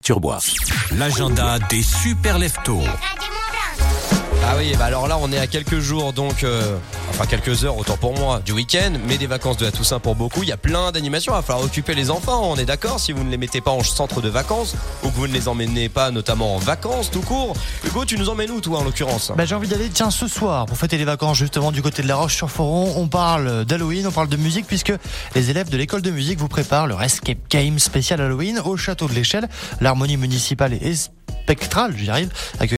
Turbois. L'agenda des super leftos. Ah oui, alors là on est à quelques jours quelques heures autant pour moi du week-end, mais des vacances de la Toussaint pour beaucoup. Il y a plein d'animations, il va falloir occuper les enfants, on est d'accord, si vous ne les mettez pas en centre de vacances ou que vous ne les emmenez pas notamment en vacances tout court. Hugo, tu nous emmènes où toi en l'occurrence ? J'ai envie d'aller ce soir pour fêter les vacances justement du côté de La Roche-sur-Foron. On parle d'Halloween, on parle de musique puisque les élèves de l'école de musique vous préparent leur escape game spécial Halloween au château de l'Échelle. L'harmonie municipale est spectrale, j'y arrive,